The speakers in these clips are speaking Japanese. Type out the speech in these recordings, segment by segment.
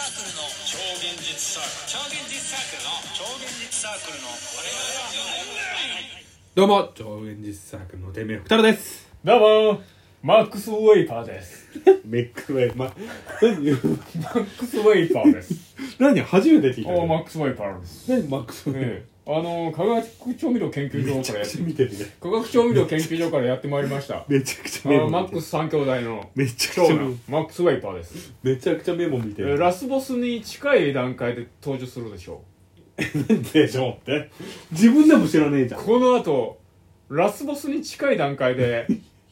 ークルの超現実サークルの我々はどうも超現実サークルのてめえふたらです。 どうもマックス・ウェイパーです。 メックウェイマックス・ウェイパーです。 何初めて聞いたおーマックス・ウェイパーです。 何マックスウェイ化学調味料研究所から見てるね。 化学調味料研究所からやってまいりました。 めちゃくちゃメモマックス三兄弟のめちゃくちゃ長男マックス・ウェイパーです。 めちゃくちゃメモ見てる。 ラスボスに近い段階で登場するでしょう。でしょって自分でも知らねえじゃん。 この後ラスボスに近い段階で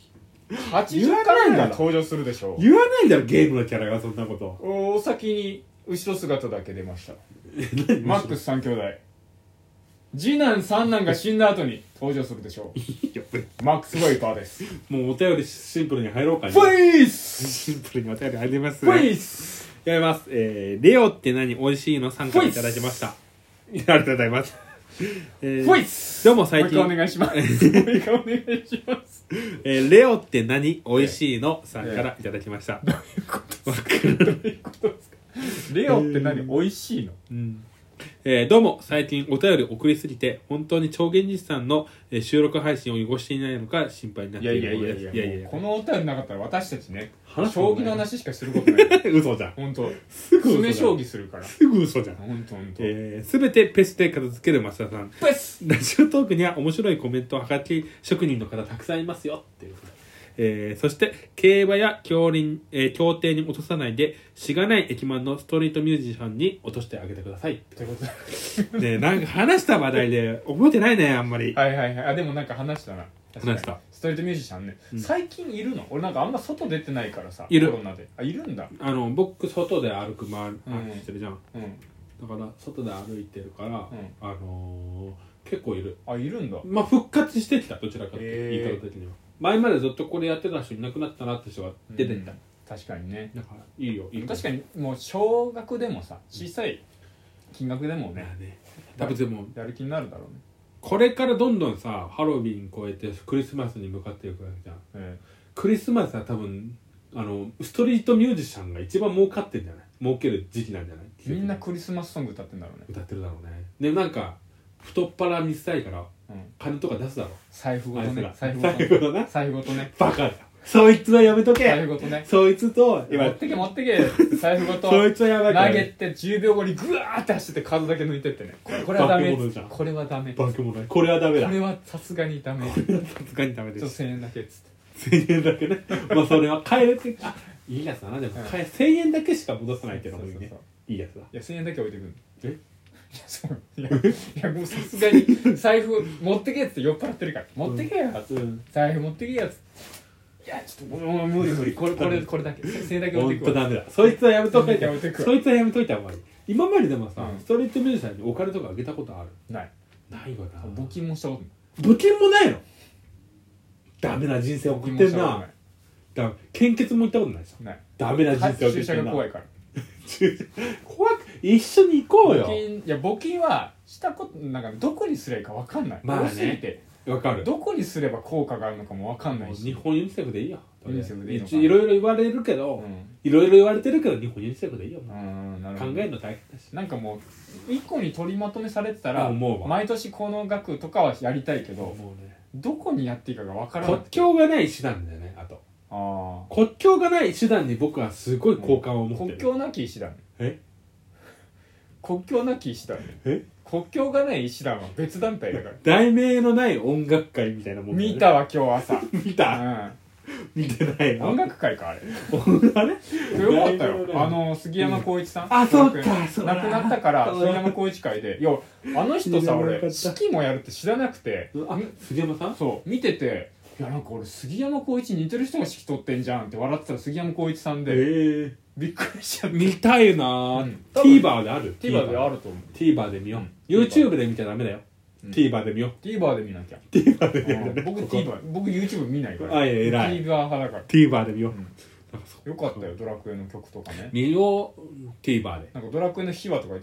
80巻ぐらい登場するでしょう。 言わないんだろゲームのキャラがそんなこと。 お先に後ろ姿だけ出ました。マックス三兄弟次男三男が死んだ後に登場するでしょう。マックス・ウェイパーです。 もうお便りシンプルに入ろうかね。 フェイスシンプルにお便り入ります、 フェイスやります。レオって何美味しいのさんからいただきました。ありがとうございます。 フェイスどうも最近もう一回お願いします。もう一回お願いします。 レオって何美味しいのさんからいただきました。 どういうことですか。レオって何美味しいの。 どうも最近お便り送りすぎて本当に超現実さんの収録配信を汚していないのか心配になっているものです。 いやこのお便りなかったら私たちね将棋の話しかすることない嘘じゃん。 本当すぐ詰将棋するからすぐ嘘じゃん。 本当すべてペスで片付ける増田さん。 ペスラジオトークには面白いコメントをはがき職人の方たくさんいますよっていうことで。そして競馬や競艇に落とさないでしがない駅マンのストリートミュージシャンに落としてあげてくださいということでなんか話した話題で覚えてないねあんまり。 はいあでもなんか話したな。 話したストリートミュージシャンね、最近いるの。俺なんかあんま外出てないからさ。 いるコロナでいるんだ。 僕外で歩く回してるじゃん、 うんだから外で歩いてるから、結構いる。 いるんだ。 まあ復活してきたどちらかって言い方的には。前までずっとこれやってた人いなくなったなって人が出てきた、 確かにね。 だからいいよ確かにもう少額でもさ小さい金額でもね多分でもやる気になるだろうね。 これからどんどんさハロウィン超えてクリスマスに向かっていくわけじゃん、クリスマスは多分ストリートミュージシャンが一番儲かってんじゃない。儲ける時期なんじゃない。 みんなクリスマスソング歌ってんだろうね。 歌ってるだろうね。でなんか太っ腹見せたいから、金とか出すだろう。 財布ごとね。 財布ごとね。バカだよそいつはやめとけ。 財布ごとね。 そいつと持ってけ財布ごとそいつはやばいから投げて10秒後にグワーって走って数だけ抜いてってね。これはダメ。これはダメ。 バケモノこれはダメだ。 これはさすがにダメ。 さすがにダメです。 1000円だけっつって1000円だけね。まあそれは帰れていいやつだな。でも1000円だけしか戻さないっていうのもいいね。いいやつだ。 いや1000円だけ置いてくる。いやもうさすがに財布持ってけっつって酔っ払ってるから持ってけやつ、財布持ってけやつ。いやちょっともう無理これだけ1000円だけ置いてくわ。 ほんとダメだ。そいつはやめといて。 そいつはやめといた方がいい。今まででもさストリートミュージシャンにお金とかあげたことある。 ないわな。 募金もしたことない。 募金もないの。ダメな人生送ってんな。献血も行ったことないでしょ。ダメな人生送ってんな。 注射が怖いから怖く一緒に行こうよ。 募金はしたことなんかどこにすればいいか分かんない。 まあね分かる。 どこにすれば効果があるのかも分かんないし。 日本ユニセフでいいよ。 ユニセフでいいのか。 いろいろ言われるけど、いろいろ言われてるけど日本ユニセフでいいよ。考えるの大変だし。 なんかもう一個に取りまとめされてたら毎年この額とかはやりたいけど、どこにやっていいかが分からない。 国境がない手段だよね。あと国境がない手段に僕はすごい好感を持ってる。 国境なき医師団。国境なき医師団。国境がない医師団は別団体だから。 題名のない音楽会みたいなもん、 見たわ今日朝。 見た、見てないの。 音楽会かあれ。 あれよかったよ。杉山浩一さん。 そうか亡くなったから杉山浩一会で。いやあの人さ俺式もやるって知らなくて。 杉山さん。 そう見てて。いやなんか俺杉山浩一似てる人が指揮取ってんじゃんって笑ってたら杉山浩一さんで、びっくりしちゃって。 見たいな。TVer である。 TVer であると思う。 TVer で見よう。YouTube で見ちゃダメだよ。TVer で見よう。 TVer で見なきゃ。 TVer で見よう。 僕 YouTube 見ないから。 偉い。 TVer 派だから。 TVer で見よう。 よかったよドラクエの曲とかね。 見よう TVer で。 なんかドラクエの秘話とか言ってたよ。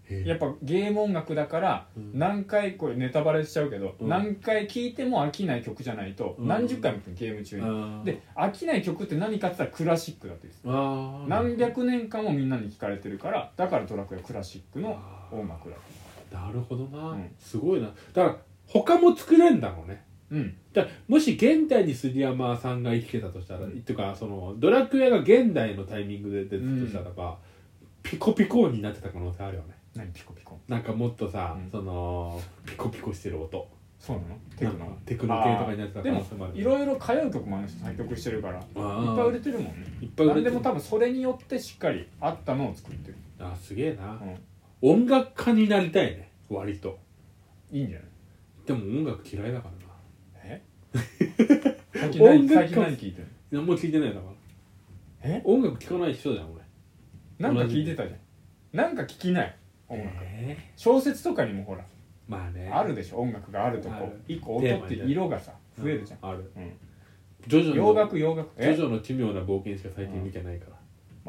やっぱゲーム音楽だから何回これネタバレしちゃうけど、何回聴いても飽きない曲じゃないと何十回も聴くゲーム中にで飽きない曲って何かって言ったらクラシックだってです何百年間もみんなに聴かれてるからだからドラクエはクラシックの音楽だ。 なるほどな、すごいな。だから他も作れるんだろうね。だからもし現代に杉山さんが生きてたとしたら、っていうかそのドラクエが現代のタイミングで出てたとしたらば、ピコピコになってた可能性あるよね。 何ピコピコなんかもっとさ、そのピコピコしてる音、 そうなのテクノ系とかになってた可能性もある。 いろいろ歌謡曲も作曲してるからいっぱい売れてるもんね。 いっぱい売れてる。 でも多分それによってしっかりあったのを作ってる。 すげえな、音楽家になりたいね。割といいんじゃない。 でも音楽嫌いだからな。 最近何聞いてるの？何も聞いてないだから。音楽聴かない人じゃん俺。 なんか聞いてたじゃん。なんか聞きない音楽。小説とかにもほらまあねあるでしょ。音楽があるとこ一個音って色がさ増えるじゃん。 ある。 洋楽ジョジョの奇妙な冒険しか最近見てないから。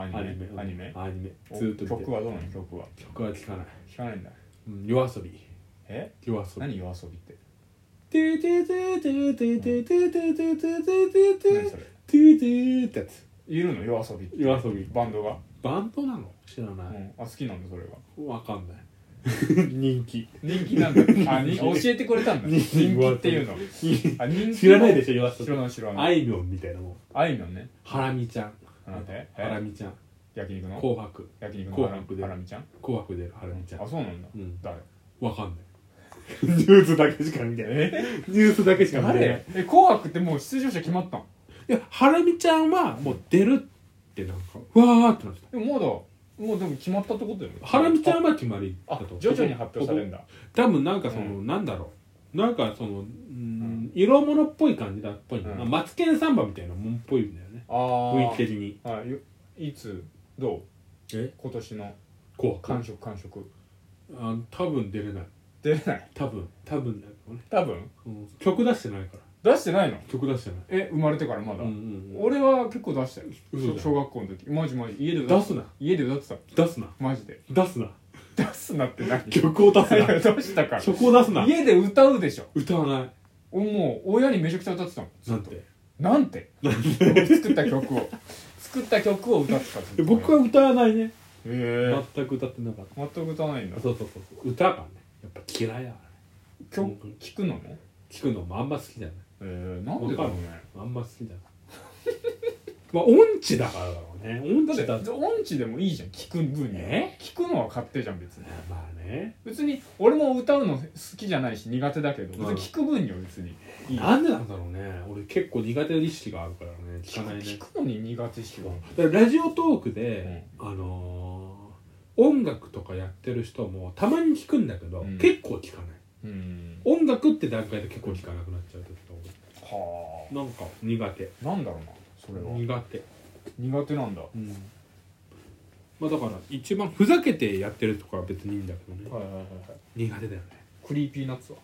アニメずっと見て。 曲はどうなの？曲は聴かない。 聴かないんだ。 夜遊び。夜遊び。 何夜遊びって？ テーテーテーテーテーテーテーテーテーテーテーテーテー何それ？ テーテーってやつ。 いるの？夜遊びって。 夜遊び。 バンドが？ バンドなの？知らない。 好きなんだそれが。 わかんない。人気なんだ。教えてくれたんだ。人気っていうの。 知らないでしょ。夜遊び。 知らない。 あいみょんみたいなもん。 あいみょんね。 ハラミちゃん。 ハラミちゃん。 焼肉の紅白。 焼肉の紅白でハラミちゃん。 紅白でハラミちゃん。 あ、そうなんだ。誰？ わかんない。ニュースだけしか見てない。ニュースだけしか見てない。 紅白ってもう出場者決まったの？ いや、ハラミちゃんはもう出るってなんかわーってなってた。 でももうでも決まったってことだよね。 ハラミちゃんは決まりだと。 徐々に発表されるんだ。 多分なんかそのなんだろう。なんかその色物っぽい感じだっぽいな。マツケンサンバみたいなもんっぽいんだよね。雰囲気的に。 いつどう？今年の感触。 多分出れない。 出れない。 多分だよね。 多分？ 曲出してないから。 出してないの？ 曲出してない。 生まれてからまだ。俺は結構出したよ。小学校の時。マジ家で出すな。 家で歌ってた。 出すな。 マジで。 出すな。 出すなって何？ 曲を出すな。 出したから。 曲を出すな。 家で歌うでしょ。 歌わない。 もう親にめちゃくちゃ歌ってたもん。 なんて作った曲を歌ってた。 僕は歌わないね。 全く歌ってなかった。 全く歌わないんだ。 そう歌がねやっぱ嫌いだからね。 曲聞くのも聞くのもあんま好きじゃない。 なんでだろうね。 あんま好きじゃない。まあ音痴だからだろうね。 音痴でもいいじゃん。聞く分に聞くのは勝手じゃん別に。 まあね。 別に俺も歌うの好きじゃないし苦手だけど別に聞く分には別にいい。 なんでなんだろうね。俺結構苦手意識があるからね聞かないね。 聞くのに苦手意識がある。 だからラジオトークで音楽とかやってる人もたまに聞くんだけど結構聞かない。音楽って段階で結構聞かなくなっちゃう時が多い。なんか苦手。 なんだろうなそれは。苦手なんだ。 まあだから一番ふざけてやってるとかは別にいいんだけどね。苦手だよね。 クリーピーナッツは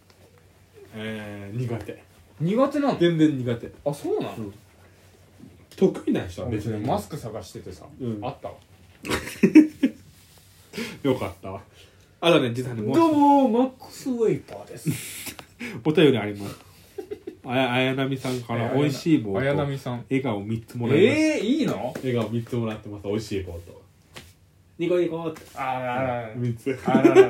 苦手なの？全然苦手。 あ、そうなの？ 得意な人は別に。 マスク探しててさあったわ。 よかったわ。あとね実はねどうもマックスウェイパーです。 お便りあります。綾波さんから美味しい棒と笑顔3つもらいます。 いいの？ 笑顔3つもらってます。美味しい棒とニコニコって3つ。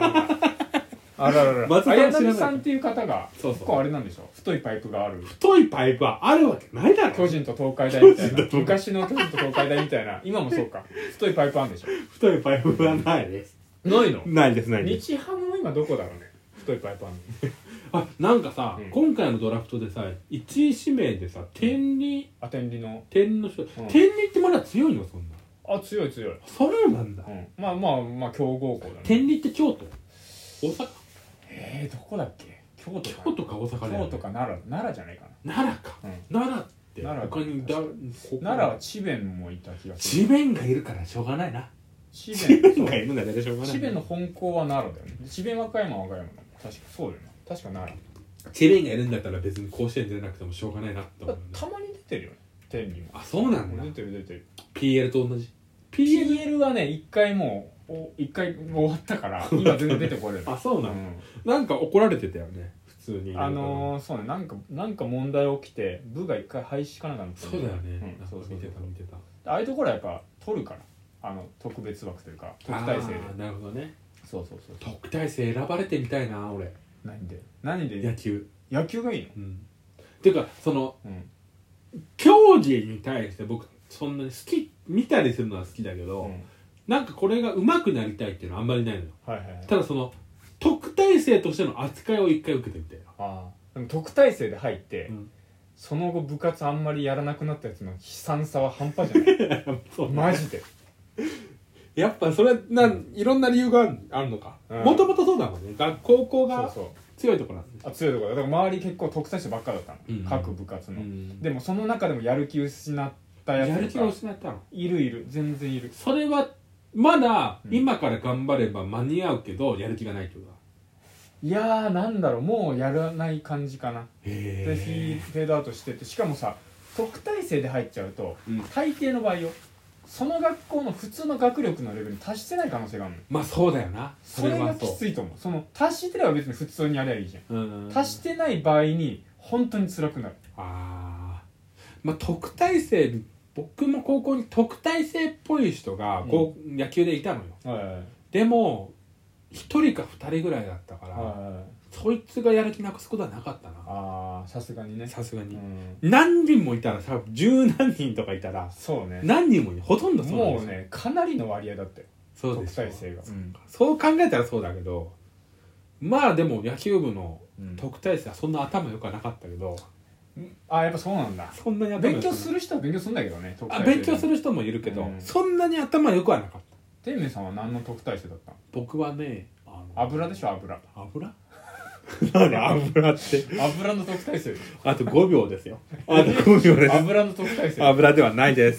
綾波さんっていう方が結構あれなんでしょ。太いパイプがある。 太いパイプはあるわけないだろ。 巨人と東海大みたいな。昔の巨人と東海大みたいな。今もそうか。太いパイプあるんでしょ。 太いパイプはないです。 ないの？ ないです。 日ハムの今どこだろうね。太いパイプあるの。 なんかさ、今回のドラフトでさ1位指名でさ天理の人、天理ってまだ強いの？そんな。 強い。 そうなんだ。 まあ強豪校だね。 天理って京都？大阪？ どこだっけ？京都か大阪ね。 京都か奈良じゃないかな。 奈良か。奈良って他に奈良は智弁もいた気がする。智弁がいるからしょうがないな。智弁がいるんだからしょうがない。 智弁の本校は奈良だよね。智弁和歌山確かそうだよね。確か奈良。 智弁がいるんだったら別に甲子園出れなくてもしょうがないなって思う、ね、 たまに出てるよね天理も。 そうなんだ。 出てる PL と同じ。 PL はね一回も一回終わったから今全然出てこれるあそうなの、なんか怒られてたよね普通にそうねなんか問題起きて部が一回廃止かなんかなってそうだよね、 そう見てたああいうところはやっぱ取るから特別枠というか特待生でなるほどねそう特待生選ばれてみたいな俺何で野球がいいのていうかその、競技に対して僕そんなに好き見たりするのは好きだけど、なんかこれが上手くなりたいっていうのはあんまりないのよ、ただその特待生としての扱いを一回受けてみたいな。 でも特待生で入って、その後部活あんまりやらなくなったやつの悲惨さは半端じゃないマジでやっぱそれいろんな理由があるのか。もともとそうだもんね。高校が強いところなんです。 強いところだから周り結構特待生ばっかだったの、各部活の、でもその中でもやる気失ったやつとかやる気を失ったのいる全然いる。 それはまだ今から頑張れば間に合うけどやる気がないってことだ。 いやーなんだろうもうやらない感じかな。でフェードアウトしてて、しかもさ特待生で入っちゃうと、大抵の場合よその学校の普通の学力のレベルに達してない可能性があるの。 まあそうだよな。 それがきついと思う。その達してれば別に普通にやればいいじゃん、達してない場合に本当に辛くなる。 まあ特待生、僕も高校に特待生っぽい人が野球でいたのよ、でも1人か2人ぐらいだったから、そいつがやる気なくすことはなかったな。 さすがにね。さすがに、 何人もいたらさ十何人とかいたらそうね何人もほとんどそうなんですよ。 もうねかなりの割合だったよそうです特待生が、 そう考えたらそうだけど、まあでも野球部の特待生はそんな頭良くはなかったけど、 やっぱそうなんだ。 そんなに頭勉強する人は勉強するんだけどね。 勉強する人もいるけど、そんなに頭良くはなかった。 天明さんは何の特待生だったの？ 僕はね油でしょ。油何油って油の特待生。 あと5秒ですよ。あと5秒です。 油の特待生。 油ではないです。